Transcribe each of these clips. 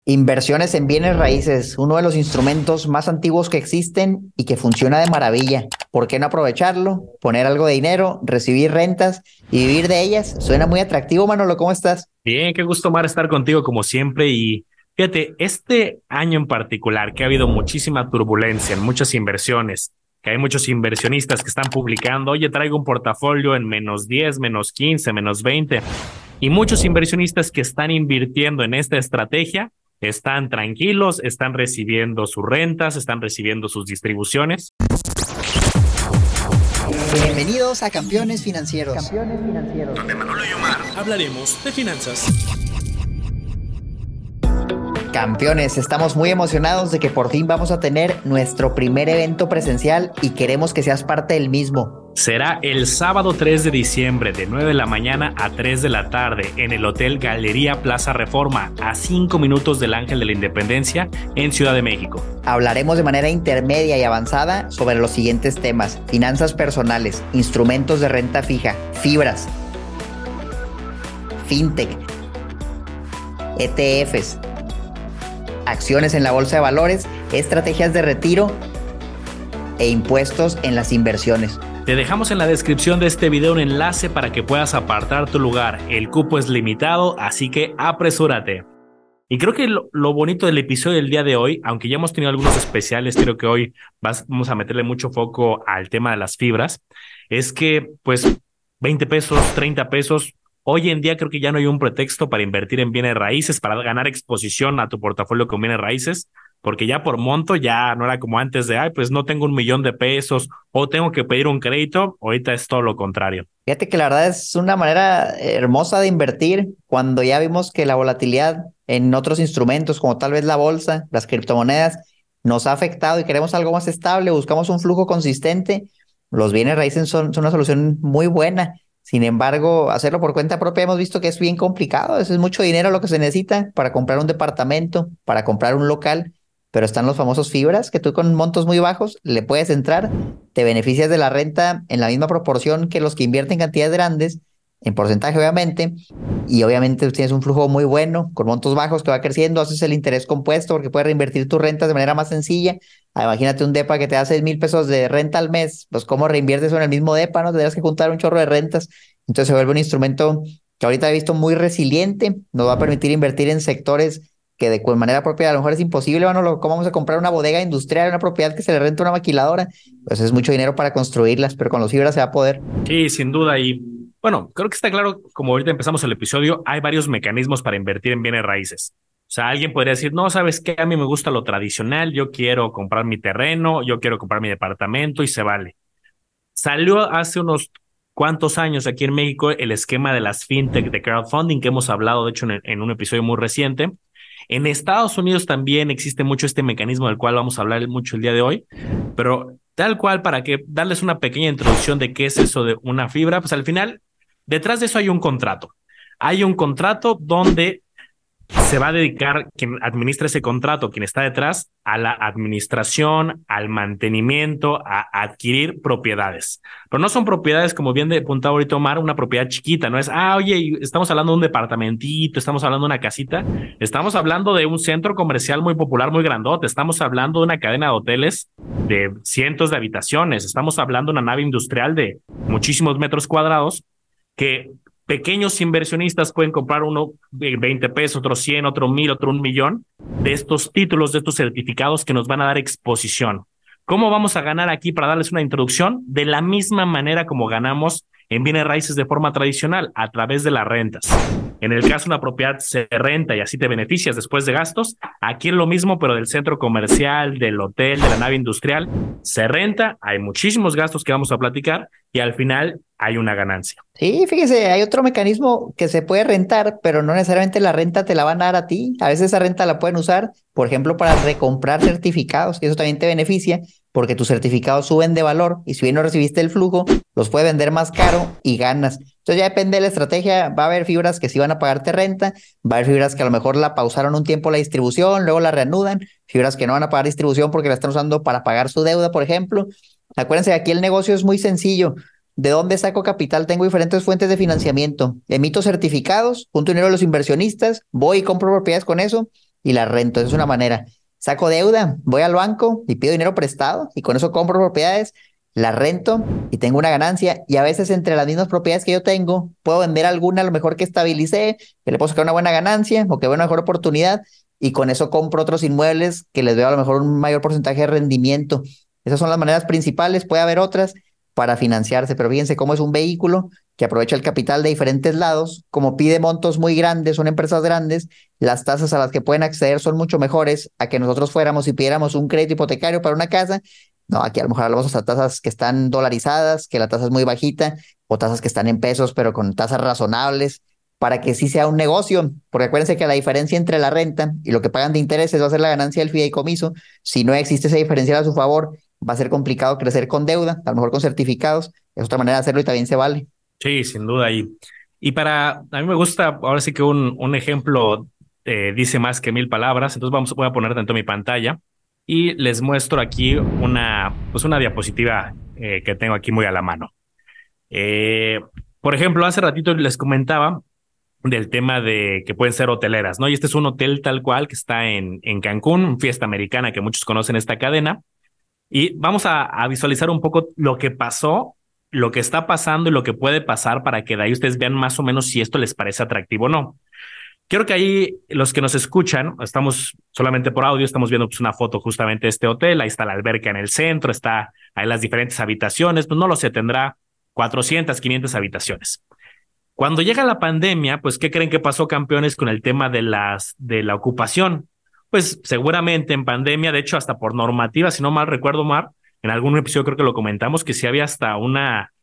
Inversiones en bienes raíces, uno de los instrumentos más antiguos que existen y que funciona de maravilla. ¿Por qué no aprovecharlo? Poner algo de dinero, recibir rentas y vivir de ellas. Suena muy atractivo, Manolo. ¿Cómo estás? Bien, qué gusto, Mar, estar contigo como siempre. Y fíjate, este año en particular, que ha habido muchísima turbulencia en muchas inversiones, que hay muchos inversionistas que están publicando, oye, traigo un portafolio en -10, -15, -20, y muchos inversionistas que están invirtiendo en esta estrategia están tranquilos, están recibiendo sus rentas, están recibiendo sus distribuciones. Bienvenidos a Campeones Financieros. Donde Manolo y Omar hablaremos de finanzas. Campeones, estamos muy emocionados de que por fin vamos a tener nuestro primer evento presencial y queremos que seas parte del mismo. Será el sábado 3 de diciembre de 9 de la mañana a 3 de la tarde en el Hotel Galería Plaza Reforma, a 5 minutos del Ángel de la Independencia en Ciudad de México. Hablaremos de manera intermedia y avanzada sobre los siguientes temas: finanzas personales, instrumentos de renta fija, fibras, fintech, ETFs, acciones en la bolsa de valores, estrategias de retiro e impuestos en las inversiones. Te dejamos en la descripción de este video un enlace para que puedas apartar tu lugar. El cupo es limitado, así que apresúrate. Y creo que lo bonito del episodio del día de hoy, aunque ya hemos tenido algunos especiales, creo que hoy vamos a meterle mucho foco al tema de las fibras, es que pues 20 pesos, 30 pesos, hoy en día creo que ya no hay un pretexto para invertir en bienes raíces, para ganar exposición a tu portafolio con bienes raíces, porque ya por monto ya no era como antes de, ay, pues no tengo 1 millón de pesos o tengo que pedir un crédito. Ahorita es todo lo contrario. Fíjate que la verdad es una manera hermosa de invertir cuando ya vimos que la volatilidad en otros instrumentos, como tal vez la bolsa, las criptomonedas, nos ha afectado y queremos algo más estable, buscamos un flujo consistente. Los bienes raíces son una solución muy buena. Sin embargo, hacerlo por cuenta propia hemos visto que es bien complicado. Eso es mucho dinero lo que se necesita para comprar un departamento, para comprar un local, pero están los famosos fibras que tú con montos muy bajos le puedes entrar, te beneficias de la renta en la misma proporción que los que invierten cantidades grandes, en porcentaje obviamente, y obviamente tienes un flujo muy bueno con montos bajos que va creciendo, haces el interés compuesto porque puedes reinvertir tus rentas de manera más sencilla. Imagínate un depa que te da 6,000 pesos de renta al mes, pues cómo reinviertes eso en el mismo depa, ¿no? Tendrás que juntar un chorro de rentas, entonces se vuelve un instrumento que ahorita he visto muy resiliente, nos va a permitir invertir en sectores que de manera propia a lo mejor es imposible. Bueno, ¿cómo vamos a comprar una bodega industrial, una propiedad que se le renta a una maquiladora? Pues es mucho dinero para construirlas, pero con los fibras se va a poder. Sí, sin duda. Y bueno, creo que está claro, como ahorita empezamos el episodio, hay varios mecanismos para invertir en bienes raíces. O sea, alguien podría decir, no, ¿sabes qué? A mí me gusta lo tradicional, yo quiero comprar mi terreno, yo quiero comprar mi departamento y se vale. Salió hace unos cuantos años aquí en México el esquema de las fintech de crowdfunding que hemos hablado, de hecho, en un episodio muy reciente. En Estados Unidos también existe mucho este mecanismo del cual vamos a hablar mucho el día de hoy, pero tal cual para que darles una pequeña introducción de qué es eso de una fibra, pues al final, detrás de eso hay un contrato. Hay un contrato donde se va a dedicar quien administra ese contrato, quien está detrás, a la administración, al mantenimiento, a adquirir propiedades. Pero no son propiedades, como bien apuntaba ahorita Omar, una propiedad chiquita, no es, oye, estamos hablando de un departamentito, estamos hablando de una casita, estamos hablando de un centro comercial muy popular, muy grandote, estamos hablando de una cadena de hoteles de cientos de habitaciones, estamos hablando de una nave industrial de muchísimos metros cuadrados que pequeños inversionistas pueden comprar uno de 20 pesos, otro 100, otro 1,000, otro 1 millón de estos títulos, de estos certificados que nos van a dar exposición. ¿Cómo vamos a ganar aquí para darles una introducción? De la misma manera como ganamos en bienes raíces de forma tradicional, a través de las rentas. En el caso de una propiedad se renta y así te beneficias después de gastos. Aquí es lo mismo, pero del centro comercial, del hotel, de la nave industrial. Se renta, hay muchísimos gastos que vamos a platicar y al final hay una ganancia. Sí, fíjese, hay otro mecanismo que se puede rentar, pero no necesariamente la renta te la van a dar a ti. A veces esa renta la pueden usar, por ejemplo, para recomprar certificados, y eso también te beneficia porque tus certificados suben de valor y si bien no recibiste el flujo, los puedes vender más caro y ganas. Entonces ya depende de la estrategia. Va a haber fibras que sí van a pagarte renta, va a haber fibras que a lo mejor la pausaron un tiempo la distribución, luego la reanudan, fibras que no van a pagar distribución porque la están usando para pagar su deuda, por ejemplo. Acuérdense, aquí el negocio es muy sencillo. ¿De dónde saco capital? Tengo diferentes fuentes de financiamiento. Emito certificados, junto dinero de los inversionistas, voy y compro propiedades con eso y las rento. Esa es una manera. Saco deuda, voy al banco y pido dinero prestado y con eso compro propiedades, las rento y tengo una ganancia. Y a veces entre las mismas propiedades que yo tengo, puedo vender alguna a lo mejor que estabilicé, que le puedo sacar una buena ganancia o que veo una mejor oportunidad y con eso compro otros inmuebles que les veo a lo mejor un mayor porcentaje de rendimiento. Esas son las maneras principales, puede haber otras para financiarse, pero fíjense cómo es un vehículo que aprovecha el capital de diferentes lados, como pide montos muy grandes, son empresas grandes, las tasas a las que pueden acceder son mucho mejores a que nosotros fuéramos y pidiéramos un crédito hipotecario para una casa. No, aquí a lo mejor hablamos hasta tasas que están dolarizadas, que la tasa es muy bajita, o tasas que están en pesos, pero con tasas razonables, para que sí sea un negocio, porque acuérdense que la diferencia entre la renta y lo que pagan de intereses va a ser la ganancia del fideicomiso. Si no existe esa diferencia a su favor, va a ser complicado crecer con deuda, a lo mejor con certificados, es otra manera de hacerlo y también se vale. Sí, sin duda. Y a mí me gusta, ahora sí que un ejemplo dice más que mil palabras, entonces voy a poner tanto mi pantalla y les muestro aquí pues una diapositiva que tengo aquí muy a la mano. Eh, por ejemplo, hace ratito les comentaba del tema de que pueden ser hoteleras, ¿no? Y este es un hotel tal cual que está en Cancún, Fiesta Americana, que muchos conocen esta cadena. Y vamos a visualizar un poco lo que pasó, lo que está pasando y lo que puede pasar para que de ahí ustedes vean más o menos si esto les parece atractivo o no. Quiero que ahí los que nos escuchan, estamos solamente por audio, estamos viendo pues, una foto justamente de este hotel, ahí está la alberca en el centro, está ahí las diferentes habitaciones, pues no lo sé, tendrá 400, 500 habitaciones. Cuando llega la pandemia, pues, ¿qué creen que pasó, campeones, con el tema de la ocupación? Pues seguramente en pandemia, de hecho, hasta por normativa, si no mal recuerdo, Mar, en algún episodio creo que lo comentamos, que sí había hasta una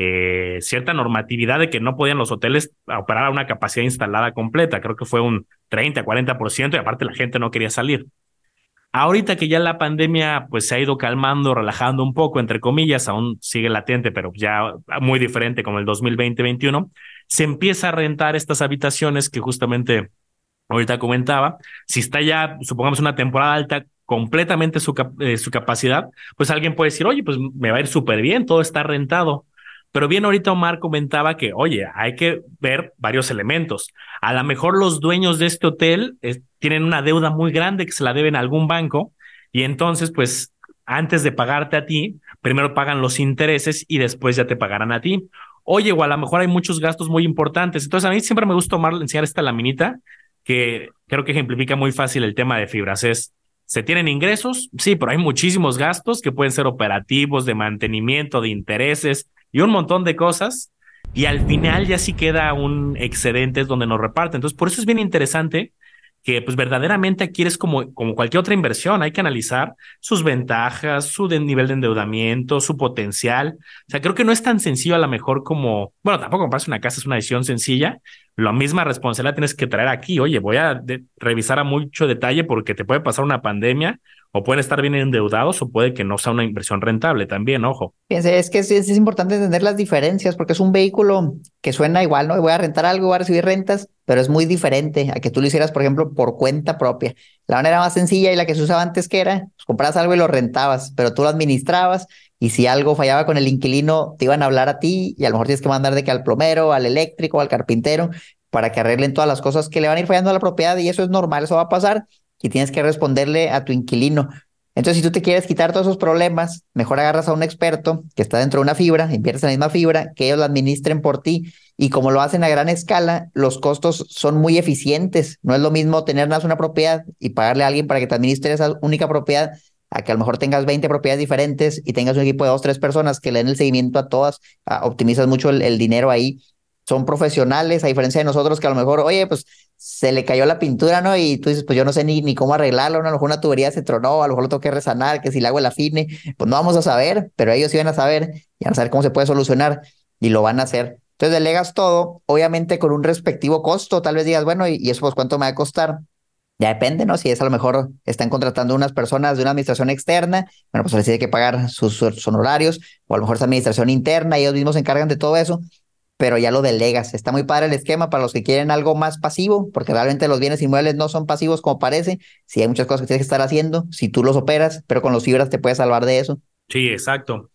cierta normatividad de que no podían los hoteles operar a una capacidad instalada completa. Creo que fue un 30, 40% y aparte la gente no quería salir. Ahorita que ya la pandemia pues se ha ido calmando, relajando un poco, entre comillas, aún sigue latente, pero ya muy diferente como el 2020-21, se empieza a rentar estas habitaciones que justamente ahorita comentaba. Si está ya, supongamos, una temporada alta, completamente su capacidad, pues alguien puede decir, oye, pues me va a ir súper bien, todo está rentado. Pero bien, ahorita Omar comentaba que, oye, hay que ver varios elementos. A lo mejor los dueños de este hotel tienen una deuda muy grande que se la deben a algún banco y entonces, pues, antes de pagarte a ti, primero pagan los intereses y después ya te pagarán a ti. Oye, o a lo mejor hay muchos gastos muy importantes. Entonces, a mí siempre me gusta, Omar, enseñar esta laminita que creo que ejemplifica muy fácil el tema de fibras. ¿Se tienen ingresos? Sí, pero hay muchísimos gastos que pueden ser operativos, de mantenimiento, de intereses y un montón de cosas. Y al final ya sí queda un excedente es donde nos reparten. Entonces, por eso es bien interesante que pues verdaderamente aquí es como cualquier otra inversión, hay que analizar sus ventajas, nivel de endeudamiento, su potencial. O sea, creo que no es tan sencillo a lo mejor como, bueno, tampoco comprarse una casa es una decisión sencilla, la misma responsabilidad tienes que traer aquí, oye, voy a revisar a mucho detalle porque te puede pasar una pandemia o pueden estar bien endeudados o puede que no sea una inversión rentable también, ojo. Fíjense, es que es importante entender las diferencias porque es un vehículo que suena igual, ¿no? Voy a rentar algo, voy a recibir rentas, pero es muy diferente a que tú lo hicieras, por ejemplo, por cuenta propia. La manera más sencilla y la que se usaba antes que era, pues comprabas algo y lo rentabas, pero tú lo administrabas y si algo fallaba con el inquilino, te iban a hablar a ti y a lo mejor tienes que mandar de que al plomero, al eléctrico, al carpintero, para que arreglen todas las cosas que le van a ir fallando a la propiedad y eso es normal, eso va a pasar y tienes que responderle a tu inquilino. Entonces, si tú te quieres quitar todos esos problemas, mejor agarras a un experto que está dentro de una fibra, inviertes en la misma fibra, que ellos la administren por ti y como lo hacen a gran escala, los costos son muy eficientes. No es lo mismo tener nada más una propiedad y pagarle a alguien para que te administre esa única propiedad a que a lo mejor tengas 20 propiedades diferentes y tengas un equipo de 2, 3 personas que le den el seguimiento a todas, optimizas mucho el dinero ahí. Son profesionales, a diferencia de nosotros que a lo mejor, oye, pues se le cayó la pintura, ¿no? Y tú dices, pues yo no sé ni cómo arreglarlo, ¿no? A lo mejor una tubería se tronó, a lo mejor lo tengo que resanar, que si el agua la afine, pues no vamos a saber, pero ellos sí van a saber y van a saber cómo se puede solucionar y lo van a hacer. Entonces delegas todo, obviamente con un respectivo costo, tal vez digas, bueno, y eso pues cuánto me va a costar. Ya depende, ¿no? Si es a lo mejor están contratando unas personas de una administración externa, bueno, pues les tiene que pagar sus honorarios, o a lo mejor es administración interna, ellos mismos se encargan de todo eso, pero ya lo delegas. Está muy padre el esquema para los que quieren algo más pasivo, porque realmente los bienes inmuebles no son pasivos como parece. Sí, hay muchas cosas que tienes que estar haciendo si tú los operas, pero con los fibras te puedes salvar de eso. Sí, exacto.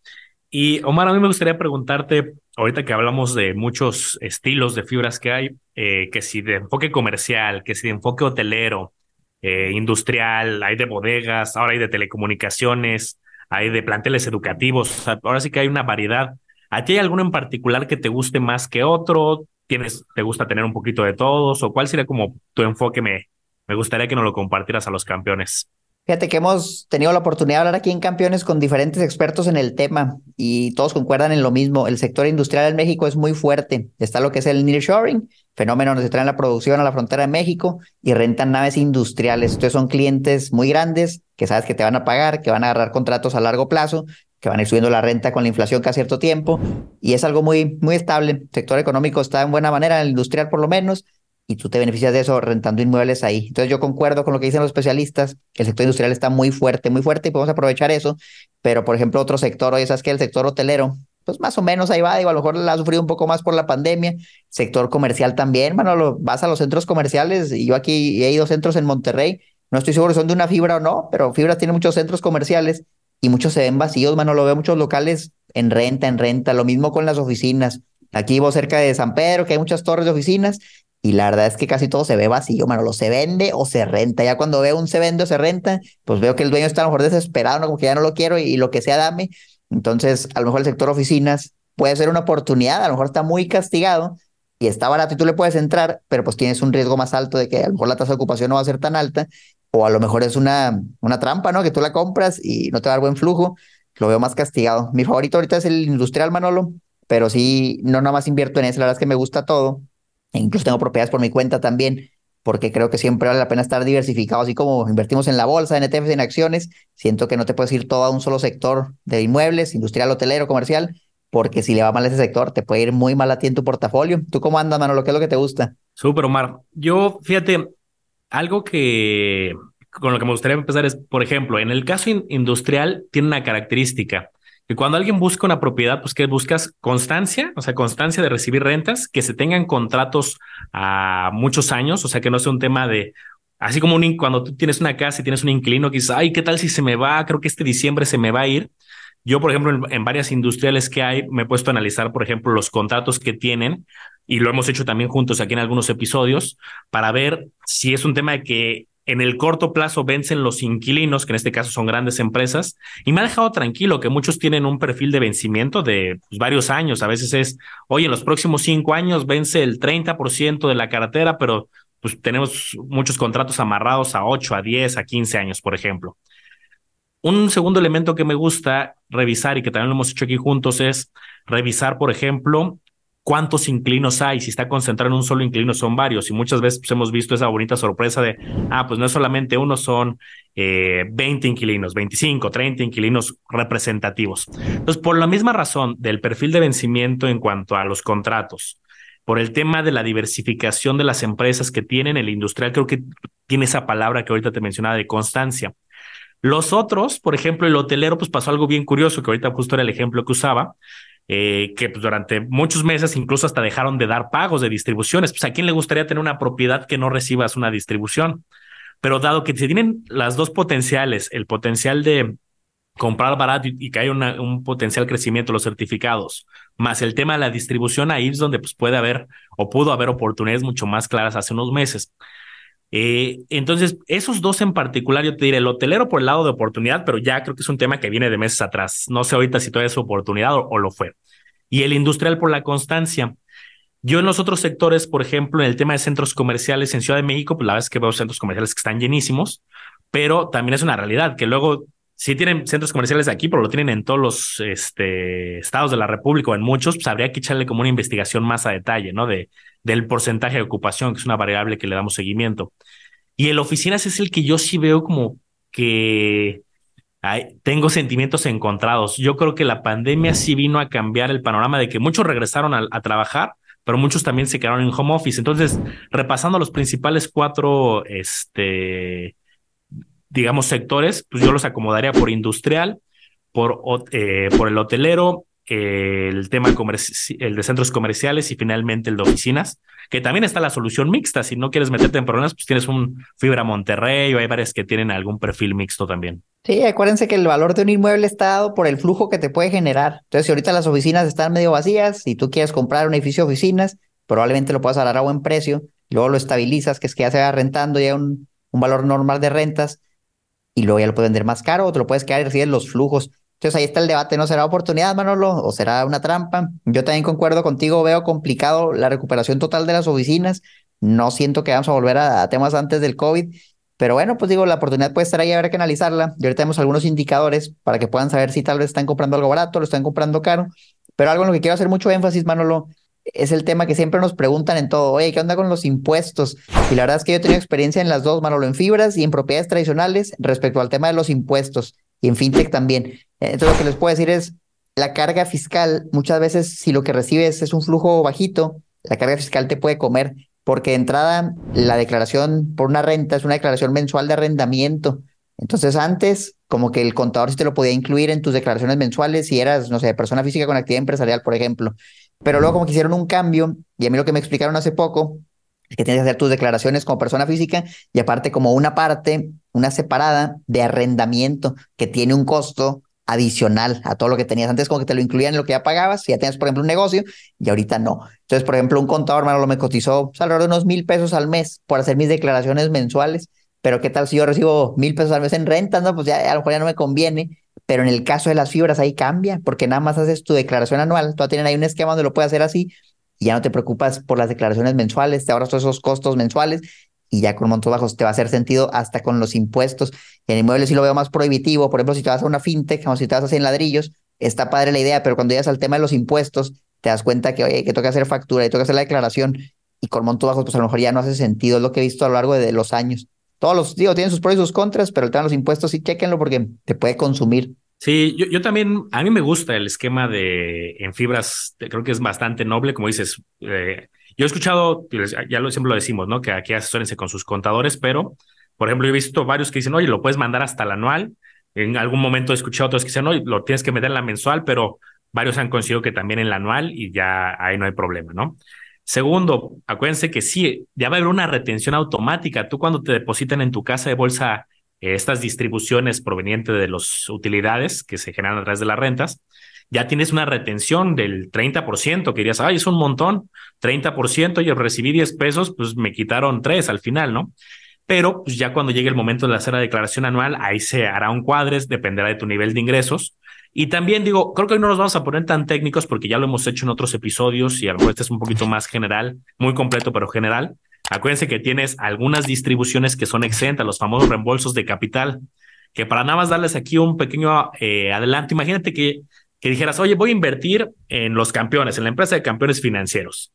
Y Omar, a mí me gustaría preguntarte, ahorita que hablamos de muchos estilos de fibras que hay, que si de enfoque comercial, que si de enfoque hotelero, industrial, hay de bodegas, ahora hay de telecomunicaciones, hay de planteles educativos, o sea, ahora sí que hay una variedad. ¿A ti hay alguno en particular que te guste más que otro? ¿Te gusta tener un poquito de todos? ¿O cuál sería como tu enfoque? Me gustaría que nos lo compartieras a los campeones. Fíjate que hemos tenido la oportunidad de hablar aquí en Campeones con diferentes expertos en el tema y todos concuerdan en lo mismo. El sector industrial en México es muy fuerte. Está lo que es el nearshoring, fenómeno donde se traen la producción a la frontera de México y rentan naves industriales. Entonces son clientes muy grandes que sabes que te van a pagar, que van a agarrar contratos a largo plazo, que van a ir subiendo la renta con la inflación cada cierto tiempo y es algo muy estable. El sector económico está en buena manera, el industrial por lo menos, y tú te beneficias de eso rentando inmuebles ahí. Entonces yo concuerdo con lo que dicen los especialistas, que el sector industrial está muy fuerte y podemos aprovechar eso, pero por ejemplo otro sector, oye, sabes que el sector hotelero, pues más o menos ahí va, digo, a lo mejor la ha sufrido un poco más por la pandemia, sector comercial también, bueno, vas a los centros comerciales, y yo aquí he ido a centros en Monterrey, no estoy seguro si son de una fibra o no, pero fibra tiene muchos centros comerciales y muchos se ven vacíos, mano, lo veo muchos locales en renta, lo mismo con las oficinas. Aquí vivo cerca de San Pedro, que hay muchas torres de oficinas, y la verdad es que casi todo se ve vacío, mano. Lo se vende o se renta. Ya cuando veo un se vende o se renta, pues veo que el dueño está a lo mejor desesperado, ¿no? Como que ya no lo quiero y lo que sea dame. Entonces, a lo mejor el sector oficinas puede ser una oportunidad. A lo mejor está muy castigado y está barato y tú le puedes entrar, pero pues tienes un riesgo más alto de que a lo mejor la tasa de ocupación no va a ser tan alta. O a lo mejor es una trampa, ¿no? Que tú la compras y no te va a dar buen flujo. Lo veo más castigado. Mi favorito ahorita es el industrial, Manolo, pero sí, no nada más invierto en eso. La verdad es que me gusta todo. E incluso tengo propiedades por mi cuenta también, porque creo que siempre vale la pena estar diversificado, así como invertimos en la bolsa, en ETFs, en acciones. Siento que no te puedes ir todo a un solo sector de inmuebles, industrial, hotelero, comercial, porque si le va mal a ese sector, te puede ir muy mal a ti en tu portafolio. ¿Tú cómo andas, mano? ¿Qué es lo que te gusta? Súper, Omar. Yo, fíjate, algo que con lo que me gustaría empezar es, por ejemplo, en el caso industrial tiene una característica que cuando alguien busca una propiedad, pues que buscas constancia, o sea, constancia de recibir rentas, que se tengan contratos a muchos años, o sea, que no sea un tema de, así como cuando tú tienes una casa y tienes un inquilino que dices, ay, ¿qué tal si se me va? Creo que este diciembre se me va a ir. Yo, por ejemplo, en varias industriales que hay, me he puesto a analizar, por ejemplo, los contratos que tienen, y lo hemos hecho también juntos aquí en algunos episodios, para ver si es un tema de que en el corto plazo vencen los inquilinos, que en este caso son grandes empresas, y me ha dejado tranquilo que muchos tienen un perfil de vencimiento de pues, varios años. A veces es, oye, en los próximos 5 años vence el 30% de la cartera, pero pues tenemos muchos contratos amarrados a 8, a 10, a 15 años, por ejemplo. Un segundo elemento que me gusta revisar y que también lo hemos hecho aquí juntos es revisar, por ejemplo, cuántos inquilinos hay. Si está concentrado en un solo inquilino, son varios. Y muchas veces pues, hemos visto esa bonita sorpresa de, pues no es solamente uno, son 20 inquilinos, 25, 30 inquilinos representativos. Entonces, por la misma razón del perfil de vencimiento en cuanto a los contratos, por el tema de la diversificación de las empresas que tienen, el industrial creo que tiene esa palabra que ahorita te mencionaba de constancia. Los otros, por ejemplo, el hotelero, pues pasó algo bien curioso, que ahorita justo era el ejemplo que usaba, que pues durante muchos meses incluso hasta dejaron de dar pagos de distribuciones. Pues a quién le gustaría tener una propiedad que no recibas una distribución. Pero dado que se tienen las dos potenciales, el potencial de comprar barato y que hay un potencial crecimiento de los certificados, más el tema de la distribución, ahí es donde pues puede haber o pudo haber oportunidades mucho más claras hace unos meses. Entonces, esos dos en particular, yo te diré, el hotelero por el lado de oportunidad, pero ya creo que es un tema que viene de meses atrás. No sé ahorita si todavía es oportunidad o lo fue. Y el industrial por la constancia. Yo en los otros sectores, por ejemplo, en el tema de centros comerciales en Ciudad de México, pues la verdad es que veo centros comerciales que están llenísimos, pero también es una realidad que luego sí tienen centros comerciales aquí, pero lo tienen en todos los estados de la República o en muchos, pues habría que echarle como una investigación más a detalle, ¿no? Del porcentaje de ocupación, que es una variable que le damos seguimiento. Y el oficinas es el que yo sí veo como que tengo sentimientos encontrados. Yo creo que la pandemia sí vino a cambiar el panorama de que muchos regresaron a trabajar, pero muchos también se quedaron en home office. Entonces, repasando los principales cuatro, digamos, sectores, pues yo los acomodaría por industrial, por el hotelero, el tema el de centros comerciales y finalmente el de oficinas, que también está la solución mixta. Si no quieres meterte en problemas, pues tienes un Fibra Monterrey o hay varias que tienen algún perfil mixto también. Sí, acuérdense que el valor de un inmueble está dado por el flujo que te puede generar. Entonces, si ahorita las oficinas están medio vacías y tú quieres comprar un edificio de oficinas, probablemente lo puedas agarrar a buen precio, luego lo estabilizas, que es que ya se va rentando ya un valor normal de rentas y luego ya lo puedes vender más caro o te lo puedes quedar y recibes los flujos. Entonces ahí está el debate, ¿no? ¿Será oportunidad, Manolo, o será una trampa? Yo también concuerdo contigo, veo complicado la recuperación total de las oficinas. No siento que vamos a volver a temas antes del COVID, pero bueno, pues digo, la oportunidad puede estar ahí, habrá que analizarla. Y ahorita tenemos algunos indicadores para que puedan saber si tal vez están comprando algo barato, lo están comprando caro. Pero algo en lo que quiero hacer mucho énfasis, Manolo, es el tema que siempre nos preguntan en todo, oye, ¿qué onda con los impuestos? Y la verdad es que yo he tenido experiencia en las dos, Manolo, en fibras y en propiedades tradicionales respecto al tema de los impuestos y en fintech también. Entonces, lo que les puedo decir es, la carga fiscal, muchas veces, si lo que recibes es un flujo bajito, la carga fiscal te puede comer, porque de entrada, la declaración por una renta es una declaración mensual de arrendamiento. Entonces, antes, como que el contador sí te lo podía incluir en tus declaraciones mensuales si eras, no sé, persona física con actividad empresarial, por ejemplo. Pero luego, como que hicieron un cambio, y a mí lo que me explicaron hace poco es que tienes que hacer tus declaraciones como persona física y aparte como una parte, una separada de arrendamiento que tiene un costo adicional a todo lo que tenías antes, como que te lo incluían en lo que ya pagabas, si ya tenías, por ejemplo, un negocio y ahorita no. Entonces, por ejemplo, un contador, hermano, me cotizó pues, alrededor de unos 1,000 pesos al mes por hacer mis declaraciones mensuales, pero ¿qué tal si yo recibo 1,000 pesos al mes en rentas? No, pues ya a lo mejor ya no me conviene. Pero en el caso de las fibras ahí cambia, porque nada más haces tu declaración anual, tú tienes ahí un esquema donde lo puedes hacer así y ya no te preocupas por las declaraciones mensuales, te ahorras todos esos costos mensuales y ya con montos bajos te va a hacer sentido hasta con los impuestos. En inmuebles sí lo veo más prohibitivo, por ejemplo, si te vas a una fintech o si te vas a hacer en ladrillos, está padre la idea, pero cuando llegas al tema de los impuestos, te das cuenta que, oye, que toca hacer factura y toca hacer la declaración y con montos bajos, pues a lo mejor ya no hace sentido, es lo que he visto a lo largo de los años. Todos los, digo, tienen sus pros y sus contras, pero el tema de los impuestos sí, chéquenlo porque te puede consumir. Sí, yo también, a mí me gusta el esquema de en fibras, creo que es bastante noble, como dices. Yo he escuchado, ya lo siempre lo decimos, ¿no? Que aquí asesórense con sus contadores, pero, por ejemplo, he visto varios que dicen, oye, lo puedes mandar hasta el anual. En algún momento he escuchado otros que dicen, oye, lo tienes que meter en la mensual, pero varios han conseguido que también en la anual y ya ahí no hay problema, ¿no? Segundo, acuérdense que sí, ya va a haber una retención automática. Tú cuando te depositan en tu casa de bolsa estas distribuciones provenientes de las utilidades que se generan a través de las rentas, ya tienes una retención del 30%, que dirías, ay, es un montón, 30%, yo recibí 10 pesos, pues me quitaron 3 al final, ¿no? Pero pues ya cuando llegue el momento de hacer la declaración anual, ahí se hará un cuadres, dependerá de tu nivel de ingresos. Y también digo, creo que hoy no nos vamos a poner tan técnicos porque ya lo hemos hecho en otros episodios y a lo mejor este es un poquito más general, muy completo, pero general. Acuérdense que tienes algunas distribuciones que son exentas, los famosos reembolsos de capital, que para nada más darles aquí un pequeño adelanto, imagínate que dijeras, oye, voy a invertir en los campeones, en la empresa de campeones financieros,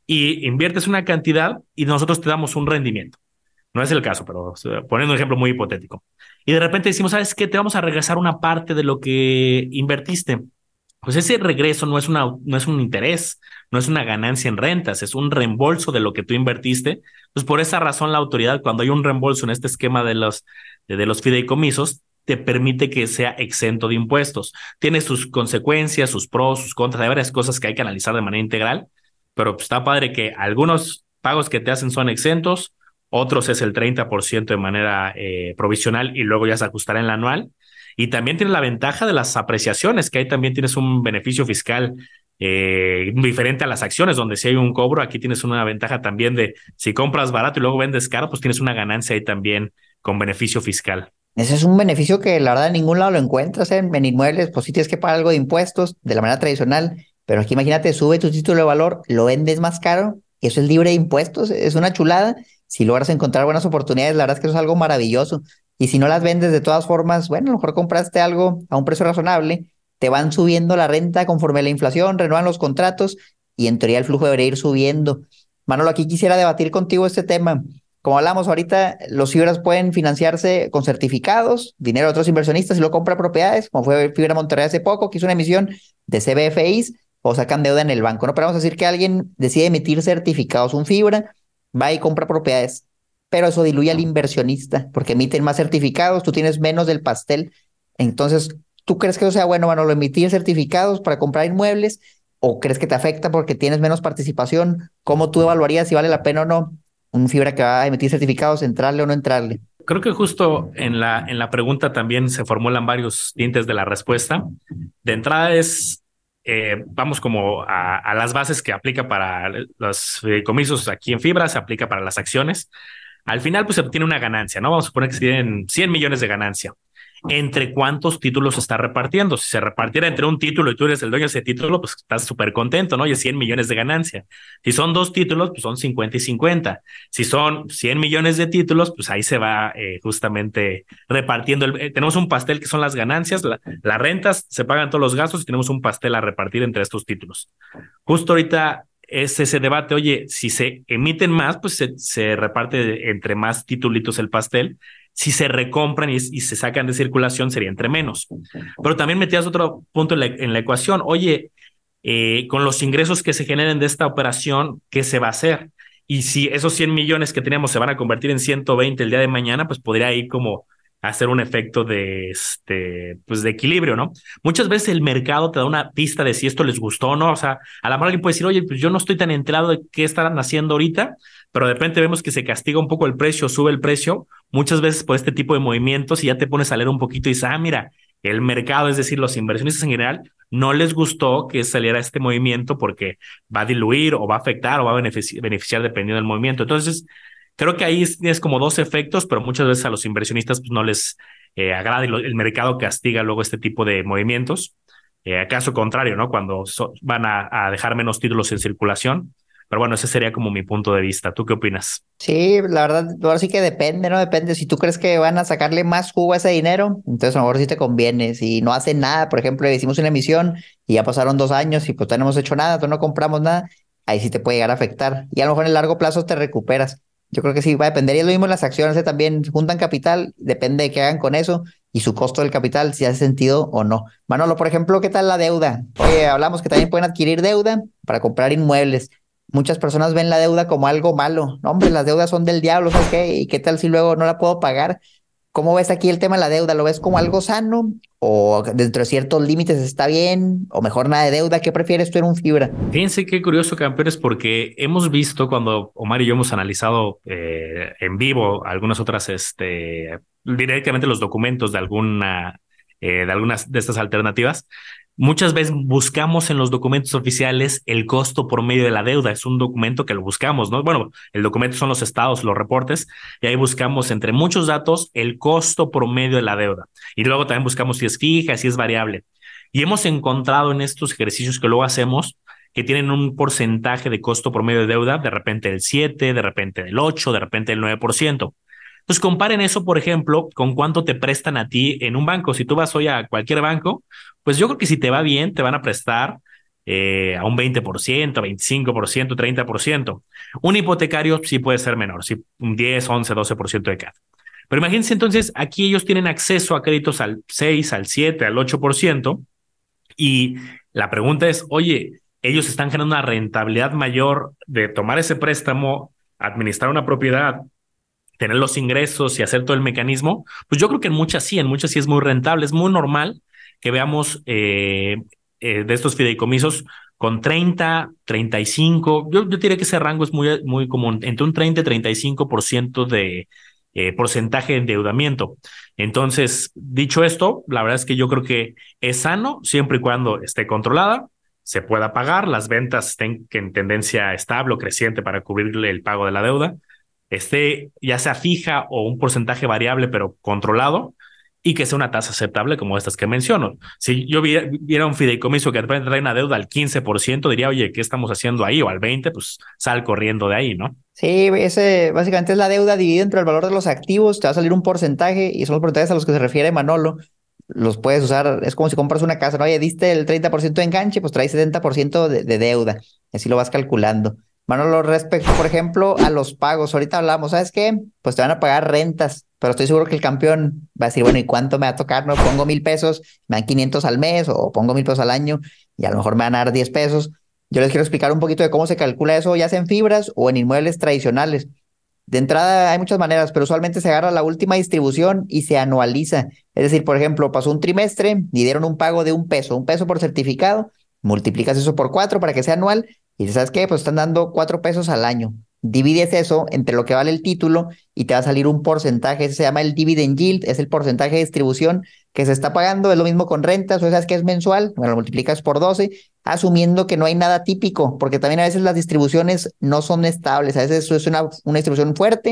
y inviertes una cantidad y nosotros te damos un rendimiento. No es el caso, pero poniendo un ejemplo muy hipotético. Y de repente decimos, ¿sabes qué? Te vamos a regresar una parte de lo que invertiste. Pues ese regreso no es un interés, no es una ganancia en rentas, es un reembolso de lo que tú invertiste. Pues por esa razón la autoridad, cuando hay un reembolso en este esquema de los fideicomisos, te permite que sea exento de impuestos. Tiene sus consecuencias, sus pros, sus contras, hay varias cosas que hay que analizar de manera integral, pero pues está padre que algunos pagos que te hacen son exentos, otros es el 30% de manera provisional y luego ya se ajustará en la anual. Y también tiene la ventaja de las apreciaciones, que ahí también tienes un beneficio fiscal diferente a las acciones, donde si hay un cobro, aquí tienes una ventaja también de si compras barato y luego vendes caro, pues tienes una ganancia ahí también con beneficio fiscal. Ese es un beneficio que la verdad en ningún lado lo encuentras en inmuebles, pues sí tienes que pagar algo de impuestos de la manera tradicional, pero aquí imagínate, sube tu título de valor, lo vendes más caro, y eso es libre de impuestos, es una chulada. Si logras encontrar buenas oportunidades, la verdad es que eso es algo maravilloso. Y si no las vendes de todas formas, bueno, a lo mejor compraste algo a un precio razonable, te van subiendo la renta conforme la inflación, renuevan los contratos y en teoría el flujo debería ir subiendo. Manolo, aquí quisiera debatir contigo este tema. Como hablamos ahorita, los fibras pueden financiarse con certificados, dinero de otros inversionistas y luego compra propiedades, como fue Fibra Monterrey hace poco, que hizo una emisión de CBFIs o sacan deuda en el banco, ¿no? Pero vamos a decir que alguien decide emitir certificados, un fibra, va y compra propiedades, pero eso diluye al inversionista porque emiten más certificados, tú tienes menos del pastel. Entonces, ¿tú crees que eso sea bueno, Manolo, emitir certificados para comprar inmuebles o crees que te afecta porque tienes menos participación? ¿Cómo tú evaluarías si vale la pena o no un fibra que va a emitir certificados, entrarle o no entrarle? Creo que justo en la pregunta también se formulan varios dientes de la respuesta. De entrada es, vamos como a las bases que aplica para los comisos aquí en fibra, se aplica para las acciones. Al final, pues se obtiene una ganancia, ¿no? Vamos a suponer que se tienen 100 millones de ganancia. ¿Entre cuántos títulos se está repartiendo? Si se repartiera entre un título y tú eres el dueño de ese título, pues estás súper contento, ¿no? Y es 100 millones de ganancia. Si son dos títulos, pues son 50 y 50. Si son 100 millones de títulos, pues ahí se va justamente repartiendo. Tenemos un pastel que son las ganancias, las rentas, se pagan todos los gastos y tenemos un pastel a repartir entre estos títulos. Justo ahorita es ese debate, oye, si se emiten más, pues se reparte entre más titulitos el pastel. Si se recompran y se sacan de circulación, sería entre menos. Pero también metías otro punto en la ecuación. Oye, con los ingresos que se generen de esta operación, ¿qué se va a hacer? Y si esos 100 millones que teníamos se van a convertir en 120 el día de mañana, pues podría ir como hacer un efecto pues de equilibrio, ¿no? Muchas veces el mercado te da una pista de si esto les gustó o no. O sea, a la mejor alguien puede decir, oye, pues yo no estoy tan enterado de qué están haciendo ahorita, pero de repente vemos que se castiga un poco el precio, sube el precio, muchas veces por este tipo de movimientos y ya te pones a leer un poquito y dices, mira, el mercado, es decir, los inversionistas en general, no les gustó que saliera este movimiento porque va a diluir o va a afectar o va a beneficiar dependiendo del movimiento. Entonces, creo que ahí es como dos efectos, pero muchas veces a los inversionistas pues, no les agrada y el mercado castiga luego este tipo de movimientos. Caso contrario, ¿no? Cuando van a dejar menos títulos en circulación. Pero bueno, ese sería como mi punto de vista. ¿Tú qué opinas? Sí, la verdad, ahora sí que depende, ¿no? Depende. Si tú crees que van a sacarle más jugo a ese dinero, entonces a lo mejor sí te conviene. Si no hacen nada, por ejemplo, hicimos una emisión y ya pasaron 2 años y pues no hemos hecho nada, tú no compramos nada, ahí sí te puede llegar a afectar. Y a lo mejor en el largo plazo te recuperas. Yo creo que sí va a depender. Y es lo mismo en las acciones, también juntan capital, depende de qué hagan con eso y su costo del capital, si hace sentido o no. Manolo, por ejemplo, ¿qué tal la deuda? Oye, hablamos que también pueden adquirir deuda para comprar inmuebles. Muchas personas ven la deuda como algo malo. No, hombre, las deudas son del diablo, ¿sabes qué? ¿Y qué tal si luego no la puedo pagar? ¿Cómo ves aquí el tema de la deuda? ¿Lo ves como algo sano? ¿O dentro de ciertos límites está bien? ¿O mejor nada de deuda? ¿Qué prefieres tú en un fibra? Fíjense qué curioso, campeones, porque hemos visto cuando Omar y yo hemos analizado en vivo algunas otras, directamente los documentos de algunas de estas alternativas. Muchas veces buscamos en los documentos oficiales el costo por medio de la deuda. Es un documento que lo buscamos, ¿no? Bueno, el documento son los estados, los reportes, y ahí buscamos entre muchos datos el costo por medio de la deuda. Y luego también buscamos si es fija, si es variable. Y hemos encontrado en estos ejercicios que luego hacemos que tienen un porcentaje de costo por medio de deuda, de repente del 7, de repente del 8, de repente del 9%. Entonces comparen eso, por ejemplo, con cuánto te prestan a ti en un banco. Si tú vas hoy a cualquier banco, pues yo creo que si te va bien, te van a prestar a un 20%, 25%, 30%. Un hipotecario sí puede ser menor, sí, un 10, 11, 12% de cada. Pero imagínense entonces, aquí ellos tienen acceso a créditos al 6, al 7, al 8%. Y la pregunta es, oye, ellos están generando una rentabilidad mayor de tomar ese préstamo, administrar una propiedad, tener los ingresos y hacer todo el mecanismo. Pues yo creo que en muchas sí es muy rentable, es muy normal que veamos de estos fideicomisos con 30, 35, yo diría que ese rango es muy común, entre un 30 y 35% de porcentaje de endeudamiento. Entonces, dicho esto, la verdad es que yo creo que es sano siempre y cuando esté controlada, se pueda pagar, las ventas estén en tendencia estable o creciente para cubrir el pago de la deuda, esté ya sea fija o un porcentaje variable, pero controlado, y que sea una tasa aceptable como estas que menciono. Si yo viera un fideicomiso que de repente trae una deuda al 15%, diría, oye, ¿qué estamos haciendo ahí? O al 20%, pues sal corriendo de ahí, ¿no? Sí, ese básicamente es la deuda dividida entre el valor de los activos. Te va a salir un porcentaje y son los porcentajes a los que se refiere Manolo. Los puedes usar, es como si compras una casa, ¿no? Oye, diste el 30% de enganche, pues traes 70% de deuda. Así lo vas calculando. Manolo, respecto, por ejemplo, a los pagos, ahorita hablamos, ¿sabes qué? Pues te van a pagar rentas, pero estoy seguro que el campeón va a decir, bueno, ¿y cuánto me va a tocar? No, pongo 1,000 pesos, me dan 500 al mes o pongo 1,000 pesos al año y a lo mejor me van a dar 10 pesos. Yo les quiero explicar un poquito de cómo se calcula eso, ya sea en fibras o en inmuebles tradicionales. De entrada hay muchas maneras, pero usualmente se agarra la última distribución y se anualiza. Es decir, por ejemplo, pasó un trimestre y dieron un pago de 1 peso por certificado, multiplicas eso por 4 para que sea anual y ¿sabes qué? Pues están dando 4 pesos al año. Divides eso entre lo que vale el título y te va a salir un porcentaje, ese se llama el dividend yield, es el porcentaje de distribución que se está pagando, es lo mismo con rentas, o sabes que es mensual, bueno, lo multiplicas por 12 asumiendo que no hay nada típico, porque también a veces las distribuciones no son estables, a veces eso es una distribución fuerte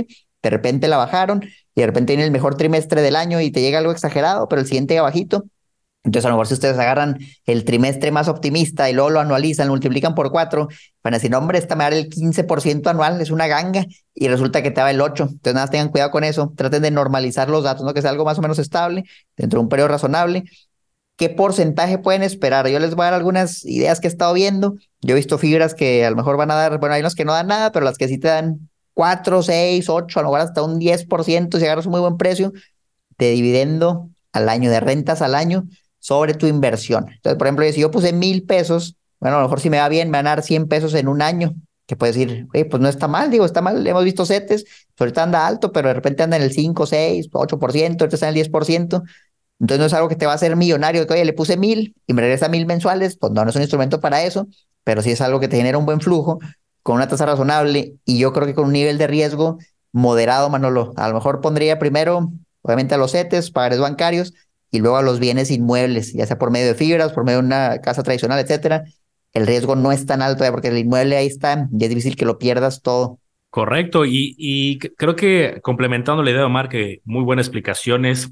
de repente la bajaron y de repente viene el mejor trimestre del año y te llega algo exagerado, pero el siguiente bajito. Entonces, a lo mejor si ustedes agarran el trimestre más optimista y luego lo anualizan, lo multiplican por 4, van a decir, no, hombre, esta me da el 15% anual, es una ganga, y resulta que te va el 8. Entonces, nada, tengan cuidado con eso, traten de normalizar los datos, ¿no? Que sea algo más o menos estable, dentro de un periodo razonable. ¿Qué porcentaje pueden esperar? Yo les voy a dar algunas ideas que he estado viendo. Yo he visto fibras que a lo mejor van a dar, bueno, hay unos que no dan nada, pero las que sí te dan 4, 6, 8, a lo mejor hasta un 10% si agarras un muy buen precio de dividendo al año, de rentas al año sobre tu inversión. Entonces, por ejemplo, si yo puse 1,000 pesos, bueno, a lo mejor si me va bien, me van a dar 100 pesos en un año, que puedes decir, pues no está mal, digo, está mal, hemos visto CETES, ahorita anda alto, pero de repente anda en el 5, 6, 8%, ahorita está en el 10%. Entonces no es algo que te va a hacer millonario, que oye, le puse 1,000 y me regresa 1,000 mensuales, pues no, no es un instrumento para eso, pero sí es algo que te genera un buen flujo con una tasa razonable y yo creo que con un nivel de riesgo moderado, Manolo. A lo mejor pondría primero, obviamente, a los CETES, pagarés bancarios y luego a los bienes inmuebles, ya sea por medio de fibras, por medio de una casa tradicional, etcétera. El riesgo no es tan alto porque el inmueble ahí está y es difícil que lo pierdas todo. Correcto, creo que complementando la idea de Omar, que muy buenas explicaciones,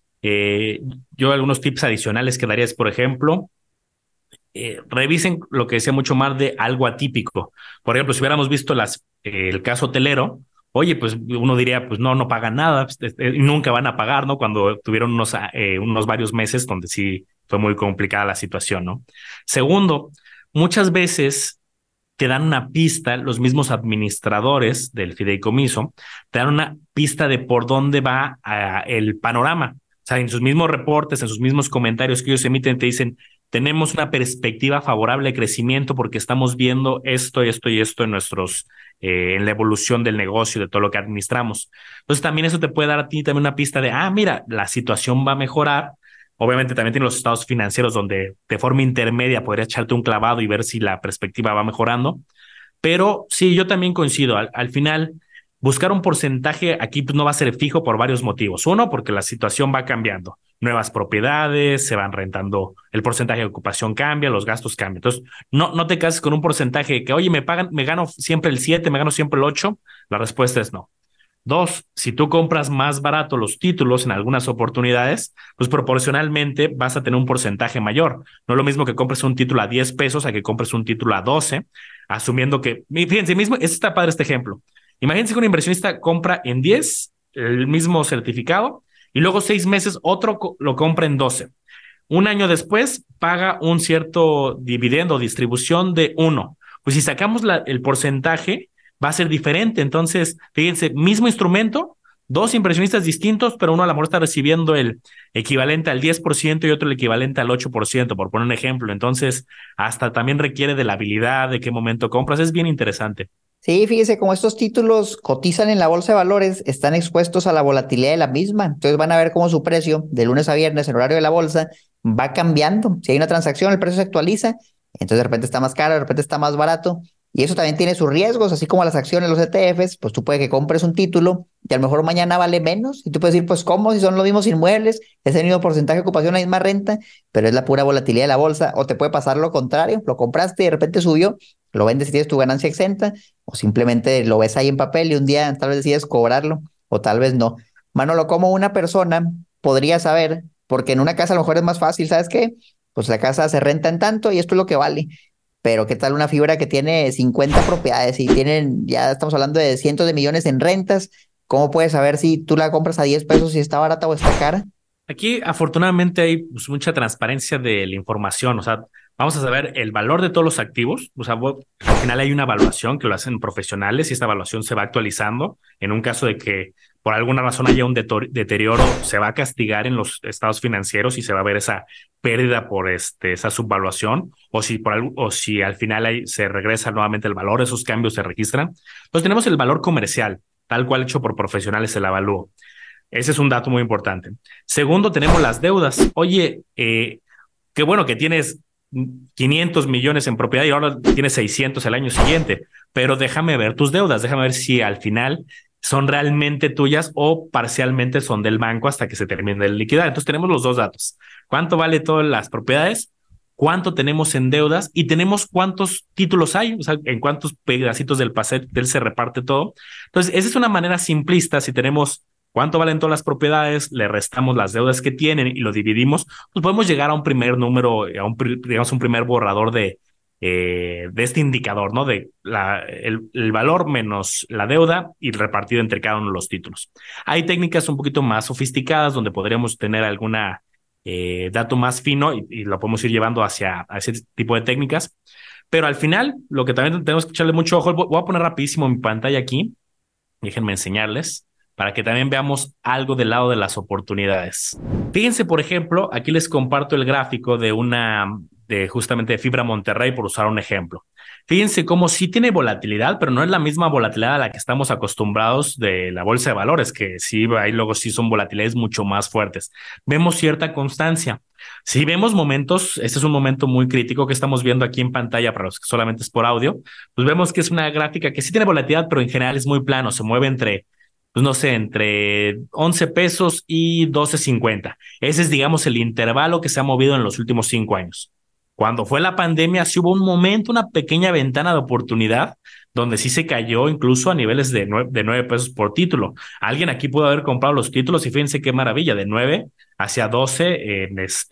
yo algunos tips adicionales que daría es, por ejemplo, revisen lo que decía mucho más de algo atípico. Por ejemplo, si hubiéramos visto el caso hotelero, oye, pues uno diría, pues no, no pagan nada, pues, nunca van a pagar, ¿no? Cuando tuvieron unos varios meses donde sí fue muy complicada la situación, ¿no? Segundo, muchas veces te dan una pista, los mismos administradores del fideicomiso, te dan una pista de por dónde va el panorama. O sea, en sus mismos reportes, en sus mismos comentarios que ellos emiten, te dicen, tenemos una perspectiva favorable de crecimiento porque estamos viendo esto, esto y esto en la evolución del negocio, de todo lo que administramos. Entonces, también eso te puede dar a ti también una pista de, mira, la situación va a mejorar. Obviamente también tiene los estados financieros donde de forma intermedia podría echarte un clavado y ver si la perspectiva va mejorando. Pero sí, yo también coincido. Al final, buscar un porcentaje aquí pues, no va a ser fijo por varios motivos. Uno, porque la situación va cambiando. Nuevas propiedades, se van rentando, el porcentaje de ocupación cambia, los gastos cambian. Entonces, no te cases con un porcentaje que, oye, me gano siempre el 7, me gano siempre el 8. La respuesta es no. Dos, si tú compras más barato los títulos en algunas oportunidades, pues proporcionalmente vas a tener un porcentaje mayor. No es lo mismo que compres un título a 10 pesos a que compres un título a 12, asumiendo que, fíjense, está padre este ejemplo. Imagínense que un inversionista compra en 10 el mismo certificado y luego 6 meses otro lo compra en 12. Un año después paga un cierto dividendo o distribución de 1. Pues si sacamos el porcentaje, va a ser diferente. Entonces, fíjense, mismo instrumento, dos inversionistas distintos, pero uno a lo mejor está recibiendo el equivalente al 10% y otro el equivalente al 8%, por poner un ejemplo. Entonces, hasta también requiere de la habilidad, de qué momento compras. Es bien interesante. Sí, fíjese, como estos títulos cotizan en la bolsa de valores, están expuestos a la volatilidad de la misma. Entonces van a ver cómo su precio de lunes a viernes en horario de la bolsa va cambiando. Si hay una transacción, el precio se actualiza, entonces de repente está más caro, de repente está más barato. Y eso también tiene sus riesgos, así como las acciones, los ETFs, pues tú puedes que compres un título y a lo mejor mañana vale menos. Y tú puedes decir, pues ¿cómo? Si son los mismos inmuebles, es el mismo porcentaje de ocupación, la misma renta, pero es la pura volatilidad de la bolsa. O te puede pasar lo contrario, lo compraste y de repente subió, lo vendes y tienes tu ganancia exenta, o simplemente lo ves ahí en papel y un día tal vez decides cobrarlo, o tal vez no. Manolo, ¿cómo una persona podría saber? Porque en una casa a lo mejor es más fácil, ¿sabes qué? Pues la casa se renta en tanto y esto es lo que vale. Pero ¿qué tal una fibra que tiene 50 propiedades y tienen, ya estamos hablando de cientos de millones en rentas? ¿Cómo puedes saber si tú la compras a 10 pesos, si está barata o está cara? Aquí, afortunadamente, hay pues, mucha transparencia de la información. O sea, vamos a saber el valor de todos los activos. O sea, al final hay una evaluación que lo hacen profesionales y esta evaluación se va actualizando. En un caso de que por alguna razón haya un deterioro, se va a castigar en los estados financieros y se va a ver esa pérdida por esa subvaluación. O si al final se regresa nuevamente el valor, esos cambios se registran. Entonces, tenemos el valor comercial, tal cual hecho por profesionales, el avalúo. Ese es un dato muy importante. Segundo, tenemos las deudas. Oye, qué bueno que tienes 500 millones en propiedad y ahora tienes 600 el año siguiente, pero déjame ver tus deudas, déjame ver si al final son realmente tuyas o parcialmente son del banco hasta que se termine de liquidar. Entonces tenemos los dos datos. ¿Cuánto vale todas las propiedades? cuánto tenemos en deudas y tenemos cuántos títulos hay, o sea, en cuántos pedacitos del pastel se reparte todo. Entonces, esa es una manera simplista. Si tenemos cuánto valen todas las propiedades, le restamos las deudas que tienen y lo dividimos, pues podemos llegar a un primer número, digamos, un primer borrador de este indicador, ¿no? De el valor menos la deuda y repartido entre cada uno de los títulos. Hay técnicas un poquito más sofisticadas donde podríamos tener alguna dato más fino y lo podemos ir llevando hacia a ese tipo de técnicas. Pero al final, lo que también tenemos que echarle mucho ojo, voy a poner rapidísimo mi pantalla aquí, déjenme enseñarles, para que también veamos algo del lado de las oportunidades. Fíjense, por ejemplo, aquí les comparto el gráfico de justamente de Fibra Monterrey, por usar un ejemplo. Fíjense cómo sí tiene volatilidad, pero no es la misma volatilidad a la que estamos acostumbrados de la bolsa de valores, que sí, ahí luego sí son volatilidades mucho más fuertes. Vemos cierta constancia. Si vemos momentos, este es un momento muy crítico que estamos viendo aquí en pantalla para los que solamente es por audio, pues vemos que es una gráfica que sí tiene volatilidad, pero en general es muy plano, se mueve entre, pues no sé, entre 11 pesos y 12.50. Ese es, digamos, el intervalo que se ha movido en los últimos 5 años. Cuando fue la pandemia, sí hubo un momento, una pequeña ventana de oportunidad, donde sí se cayó incluso a niveles de 9 pesos por título. Alguien aquí pudo haber comprado los títulos y fíjense qué maravilla, de 9 hacia 12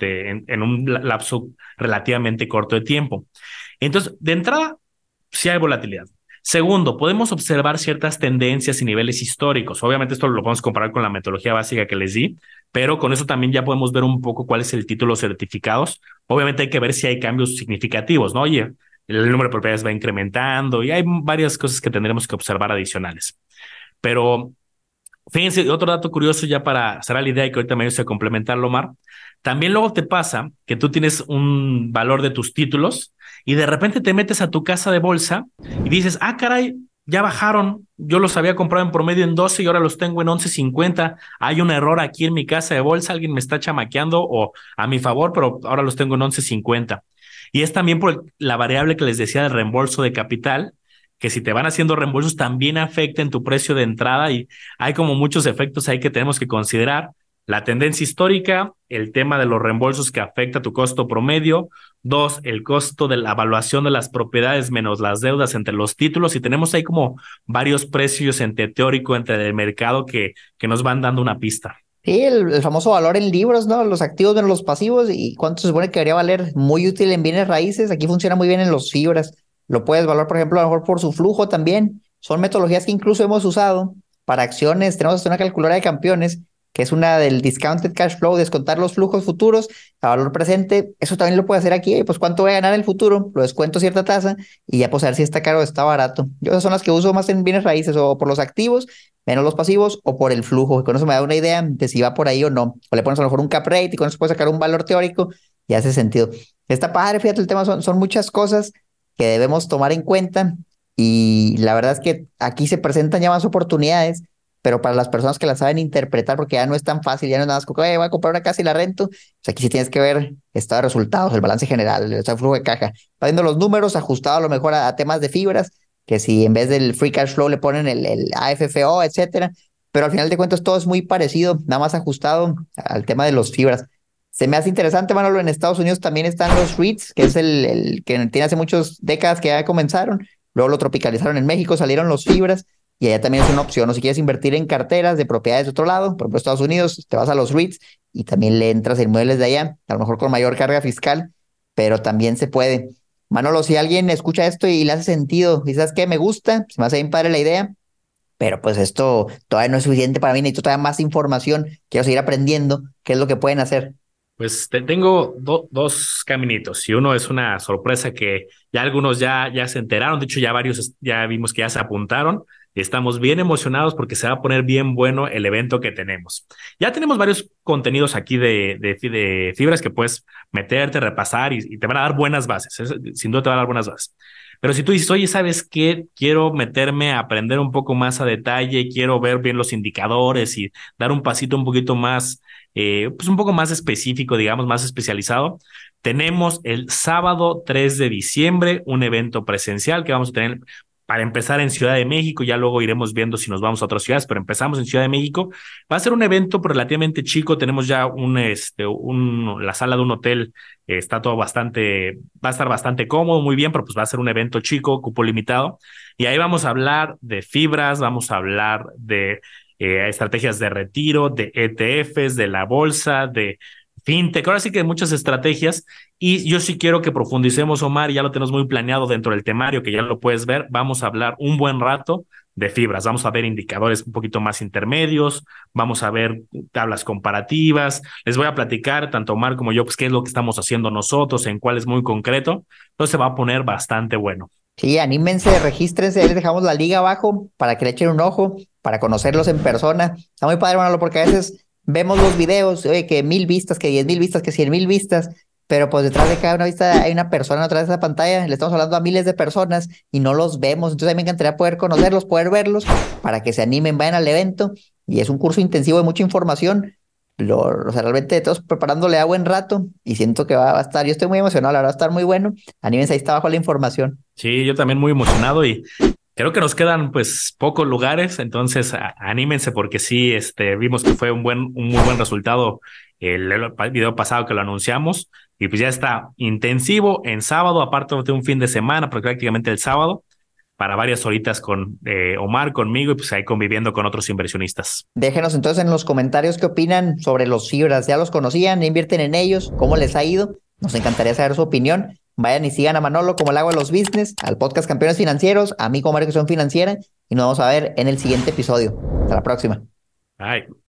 en un lapso relativamente corto de tiempo. Entonces, de entrada, sí hay volatilidad. Segundo, podemos observar ciertas tendencias y niveles históricos. Obviamente esto lo podemos comparar con la metodología básica que les di, pero con eso también ya podemos ver un poco cuál es el título certificados. Obviamente hay que ver si hay cambios significativos, ¿no? Oye, el número de propiedades va incrementando y hay varias cosas que tendremos que observar adicionales. Pero fíjense, otro dato curioso ya para cerrar la idea y que ahorita me ayude a complementarlo, Omar. También luego te pasa que tú tienes un valor de tus títulos y de repente te metes a tu casa de bolsa y dices, ah, caray, ya bajaron. Yo los había comprado en promedio en 12 y ahora los tengo en 11.50. Hay un error aquí en mi casa de bolsa, alguien me está chamaqueando o a mi favor, pero ahora los tengo en 11.50. Y es también por la variable que les decía del reembolso de capital, que si te van haciendo reembolsos también afecta en tu precio de entrada y hay como muchos efectos ahí que tenemos que considerar. La tendencia histórica, el tema de los reembolsos que afecta tu costo promedio. Dos, el costo de la evaluación de las propiedades menos las deudas entre los títulos. Y tenemos ahí como varios precios entre teórico, entre el mercado que nos van dando una pista. Sí, el famoso valor en libros, ¿no? Los activos menos los pasivos y cuánto se supone que debería valer. Muy útil en bienes raíces. Aquí funciona muy bien en los fibras. Lo puedes valorar, por ejemplo, a lo mejor por su flujo también. Son metodologías que incluso hemos usado para acciones. Tenemos hasta una calculadora de campeones, que es una del discounted cash flow, descontar los flujos futuros a valor presente. Eso también lo puede hacer aquí. Pues cuánto voy a ganar en el futuro, lo descuento cierta tasa y ya pues a ver si está caro o está barato. Yo esas son las que uso más en bienes raíces o por los activos menos los pasivos o por el flujo. Y con eso me da una idea de si va por ahí o no. O le pones a lo mejor un cap rate y con eso puedes sacar un valor teórico y hace sentido. Está padre, fíjate, el tema son muchas cosas que debemos tomar en cuenta y la verdad es que aquí se presentan ya más oportunidades, pero para las personas que las saben interpretar, porque ya no es tan fácil, ya no es nada más como, voy a comprar una casa y la rento, pues aquí sí tienes que ver estado de resultados, el balance general, el flujo de caja, va viendo los números ajustados a lo mejor a temas de fibras, que si en vez del free cash flow le ponen el AFFO, etcétera, pero al final de cuentas todo es muy parecido, nada más ajustado al tema de los fibras. Se me hace interesante, Manolo, en Estados Unidos también están los REITs, que es el que tiene hace muchas décadas que ya comenzaron, luego lo tropicalizaron en México, salieron los fibras, y allá también es una opción, o si quieres invertir en carteras de propiedades de otro lado, por ejemplo Estados Unidos, te vas a los REITs y también le entras en inmuebles de allá, a lo mejor con mayor carga fiscal, pero también se puede. Manolo, si alguien escucha esto y le hace sentido, y sabes qué, me gusta, se me hace bien padre la idea, pero pues esto todavía no es suficiente para mí, necesito todavía más información, quiero seguir aprendiendo qué es lo que pueden hacer. Pues tengo dos caminitos y uno es una sorpresa que ya algunos ya se enteraron, de hecho ya varios ya vimos que ya se apuntaron y estamos bien emocionados porque se va a poner bien bueno el evento que tenemos. Ya tenemos varios contenidos aquí de fibras que puedes meterte, repasar y te van a dar buenas bases, sin duda te van a dar buenas bases. Pero si tú dices, oye, ¿sabes qué? Quiero meterme a aprender un poco más a detalle, quiero ver bien los indicadores y dar un pasito un poquito más pues un poco más específico, digamos, más especializado. Tenemos el sábado 3 de diciembre un evento presencial que vamos a tener para empezar en Ciudad de México, ya luego iremos viendo si nos vamos a otras ciudades, pero empezamos en Ciudad de México. Va a ser un evento relativamente chico, tenemos ya la sala de un hotel, está todo va a estar bastante cómodo, muy bien, pero pues va a ser un evento chico, cupo limitado, y ahí vamos a hablar de fibras, vamos a hablar de estrategias de retiro, de ETFs, de la bolsa, de fintech, ahora sí que hay muchas estrategias y yo sí quiero que profundicemos, Omar, ya lo tenemos muy planeado dentro del temario, que ya lo puedes ver, vamos a hablar un buen rato de fibras, vamos a ver indicadores un poquito más intermedios, vamos a ver tablas comparativas, les voy a platicar, tanto Omar como yo, pues qué es lo que estamos haciendo nosotros, en cuál es muy concreto, entonces va a poner bastante bueno. Sí, anímense, regístrense, ahí les dejamos la liga abajo para que le echen un ojo, para conocerlos en persona. Está muy padre, Manolo, porque a veces vemos los videos, oye, que 1000 vistas, que 10,000 vistas, que 100,000 vistas, pero pues detrás de cada una vista hay una persona detrás de esa pantalla, le estamos hablando a miles de personas y no los vemos, entonces a mí me encantaría poder conocerlos, poder verlos, para que se animen, vayan al evento, y es un curso intensivo de mucha información. O sea, realmente todos preparándole a buen rato y siento que va a estar, yo estoy muy emocionado, la verdad va a estar muy bueno. Anímense, ahí está abajo la información. Sí, yo también muy emocionado y creo que nos quedan pues pocos lugares, entonces anímense porque sí, vimos que fue un muy buen resultado el video pasado que lo anunciamos y pues ya está intensivo en sábado, aparte de un fin de semana, pero prácticamente el sábado, para varias horitas con Omar, conmigo y pues ahí conviviendo con otros inversionistas. Déjenos entonces en los comentarios qué opinan sobre los fibras. ¿Ya los conocían? ¿Ya invierten en ellos? ¿Cómo les ha ido? Nos encantaría saber su opinión. Vayan y sigan a Manolo como el agua de los business, al podcast Campeones Financieros, a mí como Mario Financiera y nos vamos a ver en el siguiente episodio. Hasta la próxima. Bye.